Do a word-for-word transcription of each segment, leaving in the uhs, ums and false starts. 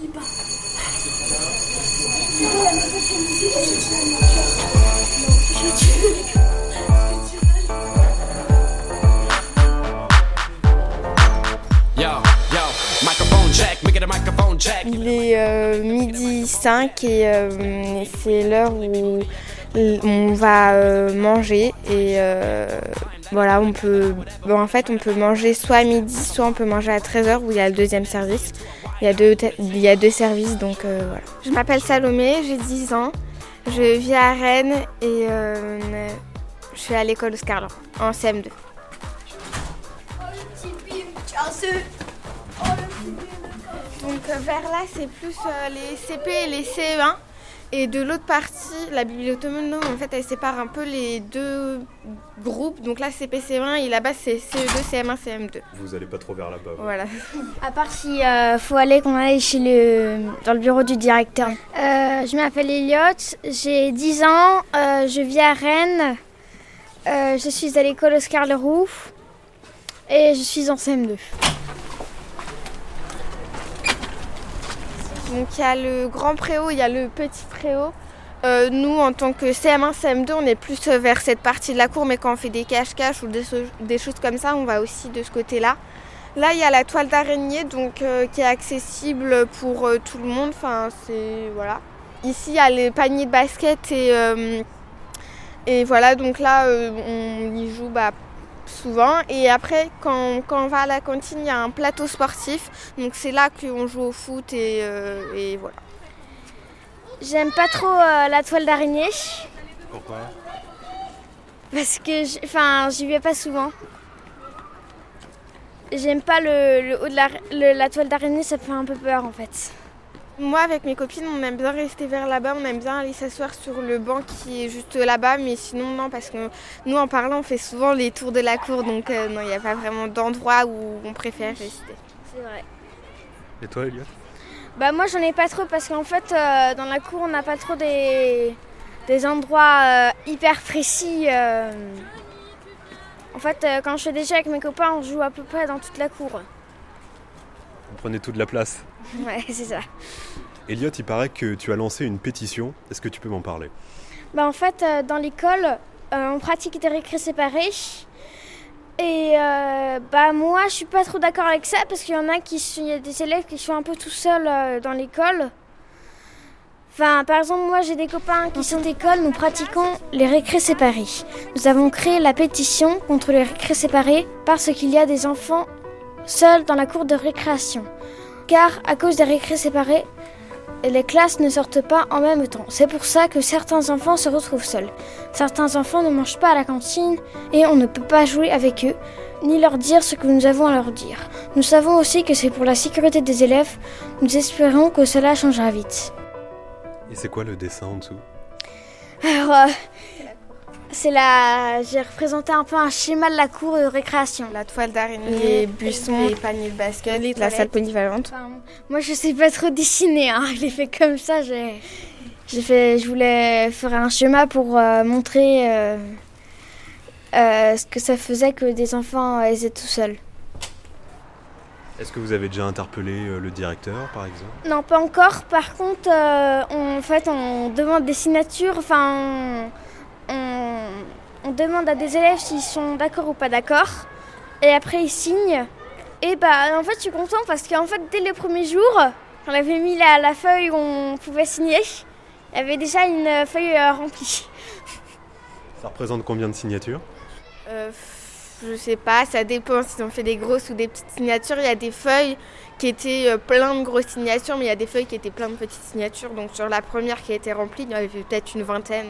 Il est euh, midi cinq et euh, c'est l'heure où on va euh, manger et euh, voilà, on peut, bon, en fait on peut manger soit à midi, soit on peut manger à treize heures où il y a le deuxième service. Il y a deux, il y a deux services, donc euh, voilà. Je m'appelle Salomé, j'ai dix ans, je vis à Rennes et euh, je suis à l'école Oscar Laurent, en C M deux. Donc vers là, c'est plus euh, les C P et les C E un. Et de l'autre partie, la bibliothèque autonome, en fait, elle sépare un peu les deux groupes. Donc là, C P C E un et là-bas, c'est C E deux, C M un, C M deux. Vous n'allez pas trop vers là-bas. Vous. Voilà. À part si euh, faut aller qu'on aille chez le, dans le bureau du directeur. Euh, je m'appelle Elliot, j'ai dix ans, euh, je vis à Rennes. Euh, je suis à l'école Oscar Leroux et je suis en C M deux. Donc il y a le grand préau, il y a le petit préau. Euh, nous, en tant que C M un, C M deux, on est plus vers cette partie de la cour, mais quand on fait des cache-cache ou des, des choses comme ça, on va aussi de ce côté-là. Là, il y a la toile d'araignée, donc euh, qui est accessible pour euh, tout le monde. Enfin, c'est voilà. Ici, il y a les paniers de basket et euh, et voilà. Donc là, euh, on y joue bah, souvent. Et après, quand, quand on va à la cantine, il y a un plateau sportif. Donc c'est là qu'on joue au foot et, euh, et voilà. J'aime pas trop euh, la toile d'araignée. Pourquoi ? Parce que enfin, j'y vais pas souvent. J'aime pas le, le haut de la, le, la toile d'araignée, ça me fait un peu peur en fait. Moi, avec mes copines, on aime bien rester vers là-bas, on aime bien aller s'asseoir sur le banc qui est juste là-bas, mais sinon, non, parce que nous, en parlant, on fait souvent les tours de la cour, donc euh, non, il n'y a pas vraiment d'endroit où on préfère rester. C'est vrai. Et toi, Elliot ? Bah moi, j'en ai pas trop, parce qu'en fait, euh, dans la cour, on n'a pas trop des, des endroits euh, hyper précis. Euh... En fait, euh, quand je fais des jeux avec mes copains, on joue à peu près dans toute la cour. Vous prenez toute la place ? Ouais, c'est ça. Elliot, il paraît que tu as lancé une pétition. Est-ce que tu peux m'en parler ? Bah en fait, euh, dans l'école, euh, on pratique des récrés séparés. Et euh, bah moi, je suis pas trop d'accord avec ça parce qu'il y en a qui, il y a des élèves qui sont un peu tout seuls euh, dans l'école. Enfin, par exemple, moi, j'ai des copains qui sont à l'école. Nous pratiquons les récrés séparés. Nous avons créé la pétition contre les récrés séparés parce qu'il y a des enfants seuls dans la cour de récréation. Car à cause des récrés séparés, les classes ne sortent pas en même temps. C'est pour ça que certains enfants se retrouvent seuls. Certains enfants ne mangent pas à la cantine et on ne peut pas jouer avec eux, ni leur dire ce que nous avons à leur dire. Nous savons aussi que c'est pour la sécurité des élèves. Nous espérons que cela changera vite. Et c'est quoi le dessin en dessous ? Alors, euh, c'est la... j'ai représenté un peu un schéma de la cour de récréation. La toile d'araignée, les buissons, les paniers de basket, les la salle polyvalente. Enfin, moi, je sais pas trop dessiner. Hein. Je l'ai fait comme ça. J'ai, j'ai fait. Je voulais faire un schéma pour euh, montrer euh, euh, ce que ça faisait que des enfants euh, étaient tout seuls. Est-ce que vous avez déjà interpellé euh, le directeur, par exemple ? Non, pas encore. Par contre, euh, on, en fait, on demande des signatures. Enfin, on, on, on demande à des élèves s'ils sont d'accord ou pas d'accord. Et après, ils signent. Et bah, en fait, je suis contente parce qu'en fait, dès le premier jour, on avait mis la, la feuille où on pouvait signer. Il y avait déjà une feuille euh, remplie. Ça représente combien de signatures ? euh, Je sais pas, ça dépend si on fait des grosses ou des petites signatures. Il y a des feuilles qui étaient euh, plein de grosses signatures, mais il y a des feuilles qui étaient plein de petites signatures. Donc sur la première qui a été remplie, il y en avait peut-être une vingtaine.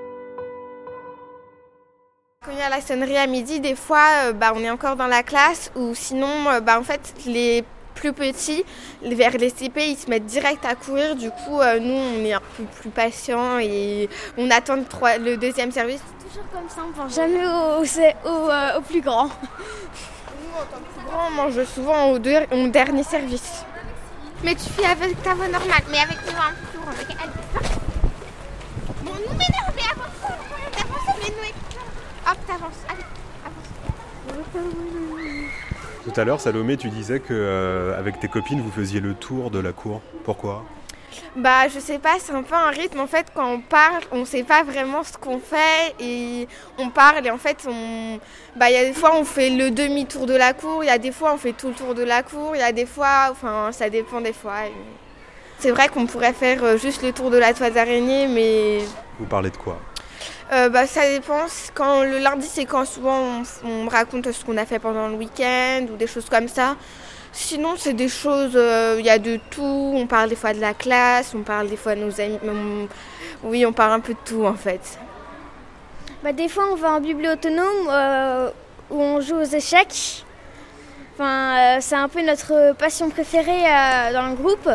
Quand il y a la sonnerie à midi, des fois, euh, bah, on est encore dans la classe ou sinon, euh, bah, en fait, les plus petits, vers les C P, ils se mettent direct à courir. Du coup, euh, nous, on est un peu plus patients et on attend le, trois, le deuxième service. C'est toujours comme ça, on pense jamais au, au, au, euh, au plus grand. Nous, en tant que plus grand, on mange souvent au, deux, au dernier service. Mais tu fais avec ta voix normale, mais avec nous un peu plus grand. Avec elle. Bon, nous m'énerve, mais avance, avance, mais nous. Hop, t'avances, allez, avance. Tout à l'heure, Salomé, tu disais qu'avec euh, tes copines, vous faisiez le tour de la cour. Pourquoi ? Bah je sais pas, c'est un peu un rythme en fait quand on parle, on sait pas vraiment ce qu'on fait et on parle et en fait on bah il y a des fois on fait le demi-tour de la cour, il y a des fois on fait tout le tour de la cour, il y a des fois enfin ça dépend des fois. Et... C'est vrai qu'on pourrait faire juste le tour de la toile d'araignée mais vous parlez de quoi ? Euh, bah, ça dépend. Quand, le lundi, c'est quand souvent on, on me raconte ce qu'on a fait pendant le week-end ou des choses comme ça. Sinon, c'est des choses, il euh, y a de tout. On parle des fois de la classe, on parle des fois de nos amis. On, oui, on parle un peu de tout en fait. Bah, des fois, on va en bibliothèque autonome euh, où on joue aux échecs. Enfin, euh, c'est un peu notre passion préférée euh, dans le groupe.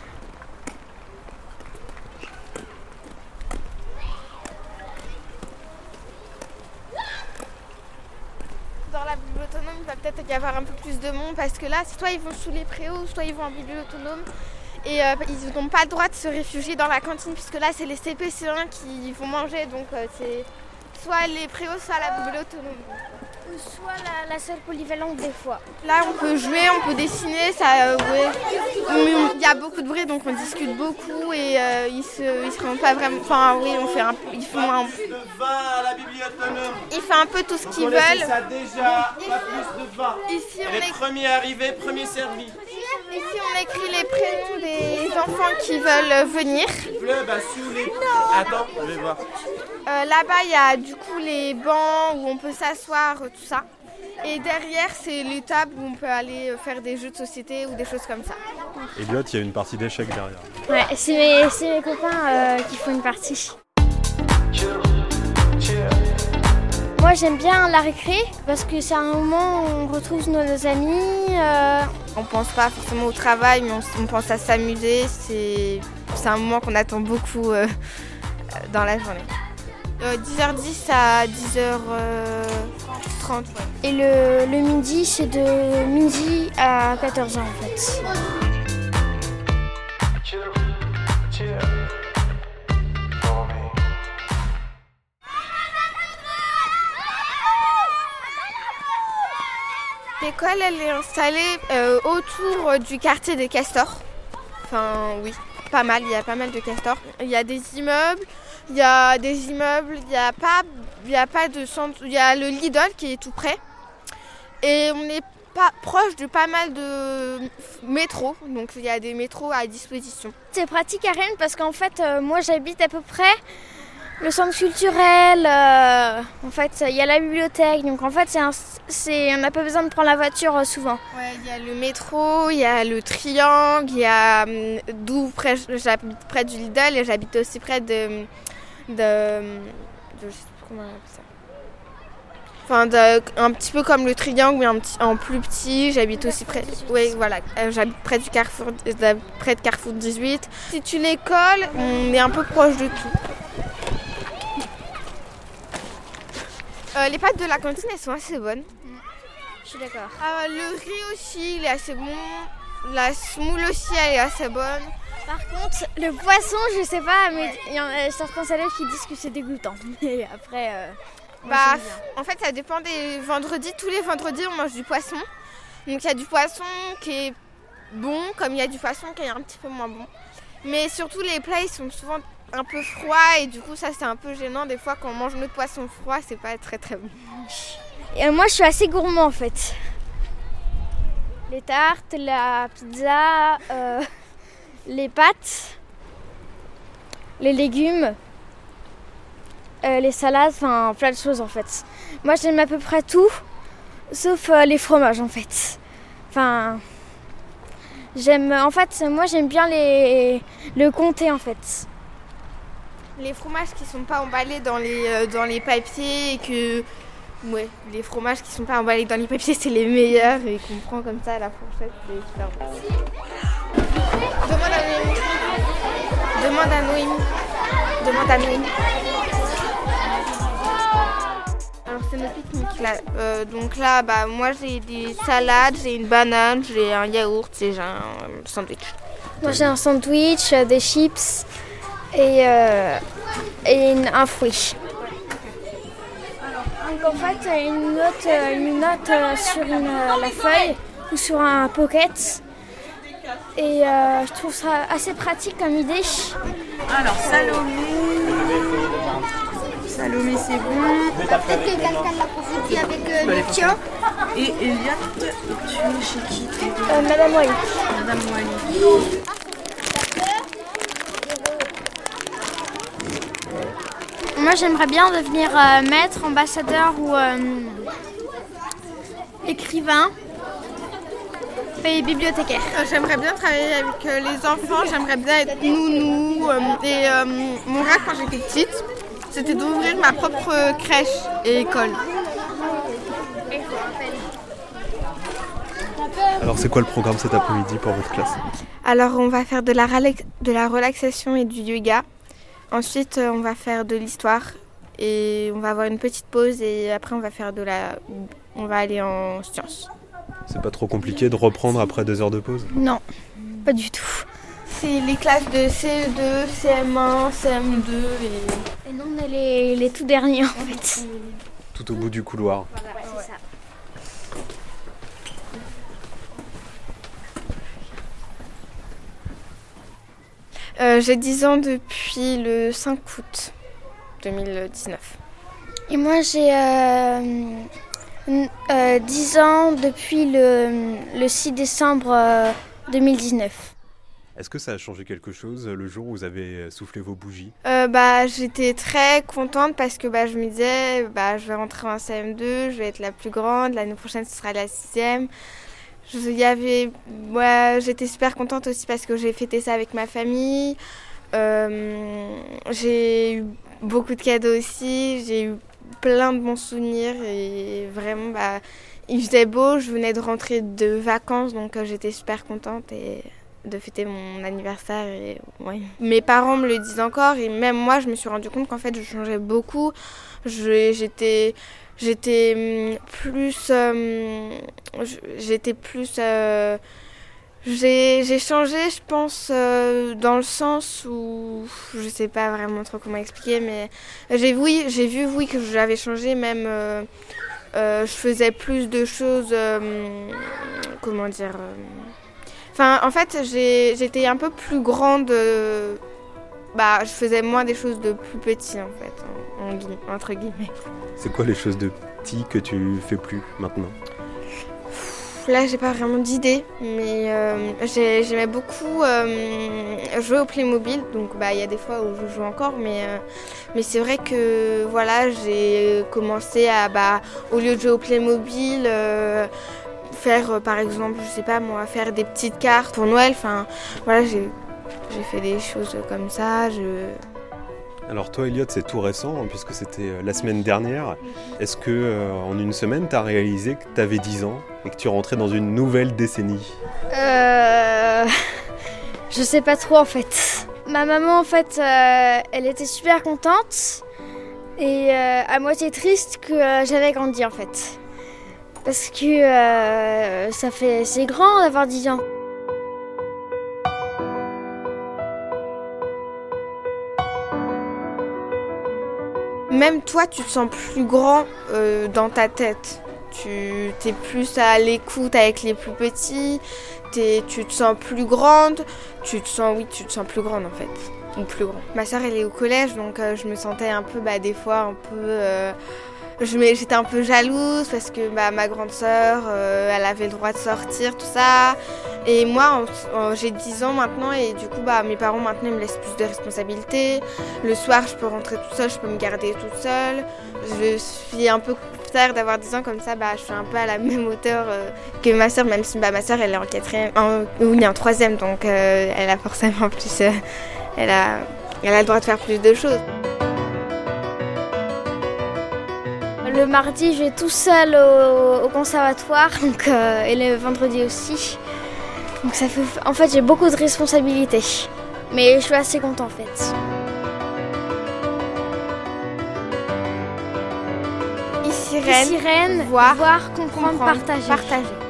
Dans la bibliothèque autonome, il va peut-être y avoir un peu plus de monde parce que là, soit ils vont sous les préaux, soit ils vont en bibliothèque autonome. Et euh, ils n'ont pas le droit de se réfugier dans la cantine puisque là, c'est les C P C un qui vont manger. Donc euh, c'est soit les préaux, soit la bibliothèque autonome. Ou soit la, la salle polyvalente des fois. Là, on peut jouer, on peut dessiner, ça, euh, ouais. Il y a beaucoup de bruit, donc on discute beaucoup et euh, ils se, ils se rendent pas vraiment. Enfin, oui, on fait un, ils font un. De vin à la bibliothèque. Ils font un peu tout ce qu'ils Vous veulent. ça déjà, pas plus de vin. Ici, on les écrit... premiers arrivés, premiers servis. Ici, on écrit les prénoms des enfants qui veulent venir. Bleu, bah sous les. Attends, je vais voir. Euh, là-bas, il y a du coup les bancs où on peut s'asseoir, euh, tout ça. Et derrière, c'est les tables où on peut aller faire des jeux de société ou des choses comme ça. Elliot, il y a une partie d'échecs derrière. Ouais, c'est mes, c'est mes copains euh, qui font une partie. Moi, j'aime bien la récré parce que c'est un moment où on retrouve nos amis. Euh... On pense pas forcément au travail, mais on, on pense à s'amuser. C'est, c'est un moment qu'on attend beaucoup euh, dans la journée. Euh, dix heures dix à dix heures trente. Ouais. Et le, le midi, c'est de midi à quatorze heures en fait. L'école, elle est installée euh, autour du quartier des Castors. Enfin, oui, pas mal, il y a pas mal de castors. Il y a des immeubles, il y a des immeubles, il n'y a pas, il y a pas de centre, il y a le Lidl qui est tout près. Et on est pas proche de pas mal de métros, donc il y a des métros à disposition. C'est pratique à Rennes parce qu'en fait, euh, moi j'habite à peu près le centre culturel, euh, en fait il y a la bibliothèque, donc en fait c'est un, c'est, on n'a pas besoin de prendre la voiture euh, souvent. Ouais, il y a le métro, il y a le triangle, il y a d'où près, j'habite près du Lidl et j'habite aussi près de, de, de je sais plus comment on appelle ça. Enfin, de, un petit peu comme le triangle, mais un petit, en plus petit. J'habite aussi près. Oui, voilà. Euh, j'habite près du Carrefour, de, près de Carrefour dix-huit. Si tu l'école, on est un peu proche de tout. Euh, les pâtes de la cantine, elles sont assez bonnes. Mmh. Je suis d'accord. Euh, le riz aussi, il est assez bon. La semoule aussi, elle est assez bonne. Par contre, le poisson, je sais pas, mais il y en a certains élèves qui disent que c'est dégoûtant. Et après. Euh... Bah, en fait, ça dépend des vendredis. Tous les vendredis, on mange du poisson. Donc, il y a du poisson qui est bon, comme il y a du poisson qui est un petit peu moins bon. Mais surtout, les plats, ils sont souvent un peu froids. Et du coup, ça, c'est un peu gênant. Des fois, quand on mange notre poisson froid, c'est pas très, très bon. Et moi, je suis assez gourmand, en fait. Les tartes, la pizza, euh, les pâtes, les légumes. Euh, les salades, enfin plein de choses en fait. Moi j'aime à peu près tout, sauf euh, les fromages en fait. Enfin, j'aime, en fait, moi j'aime bien les le comté en fait. Les fromages qui sont pas emballés dans les euh, dans les papiers et que, ouais, les fromages qui sont pas emballés dans les papiers c'est les meilleurs et qu'on prend comme ça à la fourchette, c'est super bon. Demande à Noémie. Demande à Noémie. Demande à Noémie. Alors c'est notre pique-nique là. Euh, donc là, bah moi j'ai des salades, j'ai une banane, j'ai un yaourt et j'ai un sandwich. Moi j'ai un sandwich, des chips et, euh, et une, un fruit. Donc en fait, une note, une note sur une, la feuille ou sur un pocket. Et euh, je trouve ça assez pratique comme idée. Alors Salomé, Salomé c'est bon. Peut-être que quelqu'un l'a confondu avec euh, le tien. Et Elliot, tu es chez qui euh, Madame Wally. Madame Wally. Moi j'aimerais bien devenir euh, maître, ambassadeur ou euh, écrivain et bibliothécaire. Euh, J'aimerais bien travailler avec euh, les enfants, j'aimerais bien être nounou. euh, et euh, mon rêve quand j'étais petite, c'était d'ouvrir ma propre crèche et école. Alors c'est quoi le programme cet après-midi pour votre classe? Alors on va faire de la, relax- de la relaxation et du yoga. Ensuite euh, on va faire de l'histoire et on va avoir une petite pause et après on va faire de la... on va aller en sciences. C'est pas trop compliqué de reprendre après deux heures de pause? Non, pas du tout. C'est les classes de C E deux, C M un, C M deux et... Et nous on est les, les tout derniers en fait. Tout au bout du couloir. Voilà, c'est ça. Euh, j'ai dix ans depuis le cinq août deux mille dix-neuf. Et moi j'ai euh, euh, dix ans depuis le, le six décembre euh, deux mille dix-neuf. Est-ce que ça a changé quelque chose le jour où vous avez soufflé vos bougies? Euh, bah, j'étais très contente parce que bah, je me disais bah, je vais rentrer en C M deux, je vais être la plus grande, l'année prochaine ce sera la sixième. Je, y avait, ouais, j'étais super contente aussi parce que j'ai fêté ça avec ma famille. Euh, j'ai eu beaucoup de cadeaux aussi, j'ai eu plein de bons souvenirs et vraiment bah, il faisait beau, je venais de rentrer de vacances donc euh, j'étais super contente et de fêter mon anniversaire. Et, ouais. Mes parents me le disent encore et même moi je me suis rendu compte qu'en fait je changeais beaucoup. Je, j'étais, j'étais plus... Euh, j'étais plus... Euh, j'ai, j'ai changé je pense euh, dans le sens où... Je sais pas vraiment trop comment expliquer mais j'ai, oui, j'ai vu oui, que j'avais changé même... Euh, euh, je faisais plus de choses... Euh, comment dire... Euh, Enfin, en fait, j'ai, j'étais un peu plus grande. Euh, bah, je faisais moins des choses de plus petit, en fait, en, en guillemets, entre guillemets. C'est quoi les choses de petit que tu fais plus maintenant? Là, j'ai pas vraiment d'idée, mais euh, j'ai, j'aimais beaucoup euh, jouer au Playmobil. Donc, bah, il y a des fois où je joue encore, mais euh, mais c'est vrai que voilà, j'ai commencé à, bah, au lieu de jouer au Playmobil. Euh, faire euh, par exemple, je sais pas moi, faire des petites cartes pour Noël, enfin voilà, j'ai, j'ai fait des choses comme ça. Je... Alors toi Elliot, c'est tout récent hein, puisque c'était euh, la semaine dernière. Est-ce que euh, en une semaine tu as réalisé que tu avais dix ans et que tu rentrais dans une nouvelle décennie? Euh... Je sais pas trop en fait. Ma maman en fait, euh, elle était super contente et euh, à moitié triste que euh, j'avais grandi en fait. Parce que euh, ça fait, c'est grand d'avoir dix ans. Même toi, tu te sens plus grand euh, dans ta tête. Tu t'es plus à l'écoute avec les plus petits. T'es, tu te sens plus grande. Tu te sens, oui, tu te sens plus grande en fait. Ou plus grand. Ma soeur, elle est au collège, donc euh, je me sentais un peu, bah, des fois, un peu... Euh, Je, j'étais un peu jalouse parce que bah, ma grande sœur, euh, elle avait le droit de sortir, tout ça. Et moi, en, en, j'ai dix ans maintenant et du coup, bah, mes parents maintenant ils me laissent plus de responsabilités. Le soir, je peux rentrer toute seule, je peux me garder toute seule. Je suis un peu fière d'avoir dix ans comme ça, bah, je suis un peu à la même hauteur euh, que ma sœur, même si bah, ma sœur, elle est en quatrième, en, oui, en troisième, donc euh, elle a forcément plus, euh, elle a, elle a le droit de faire plus de choses. Le mardi, je vais tout seul au, au conservatoire donc, euh, et le vendredi aussi. Donc ça fait, en fait, j'ai beaucoup de responsabilités. Mais je suis assez contente en fait. Ici, Rennes, Ici, Rennes, voir, voir, comprendre, comprendre, partager. partager.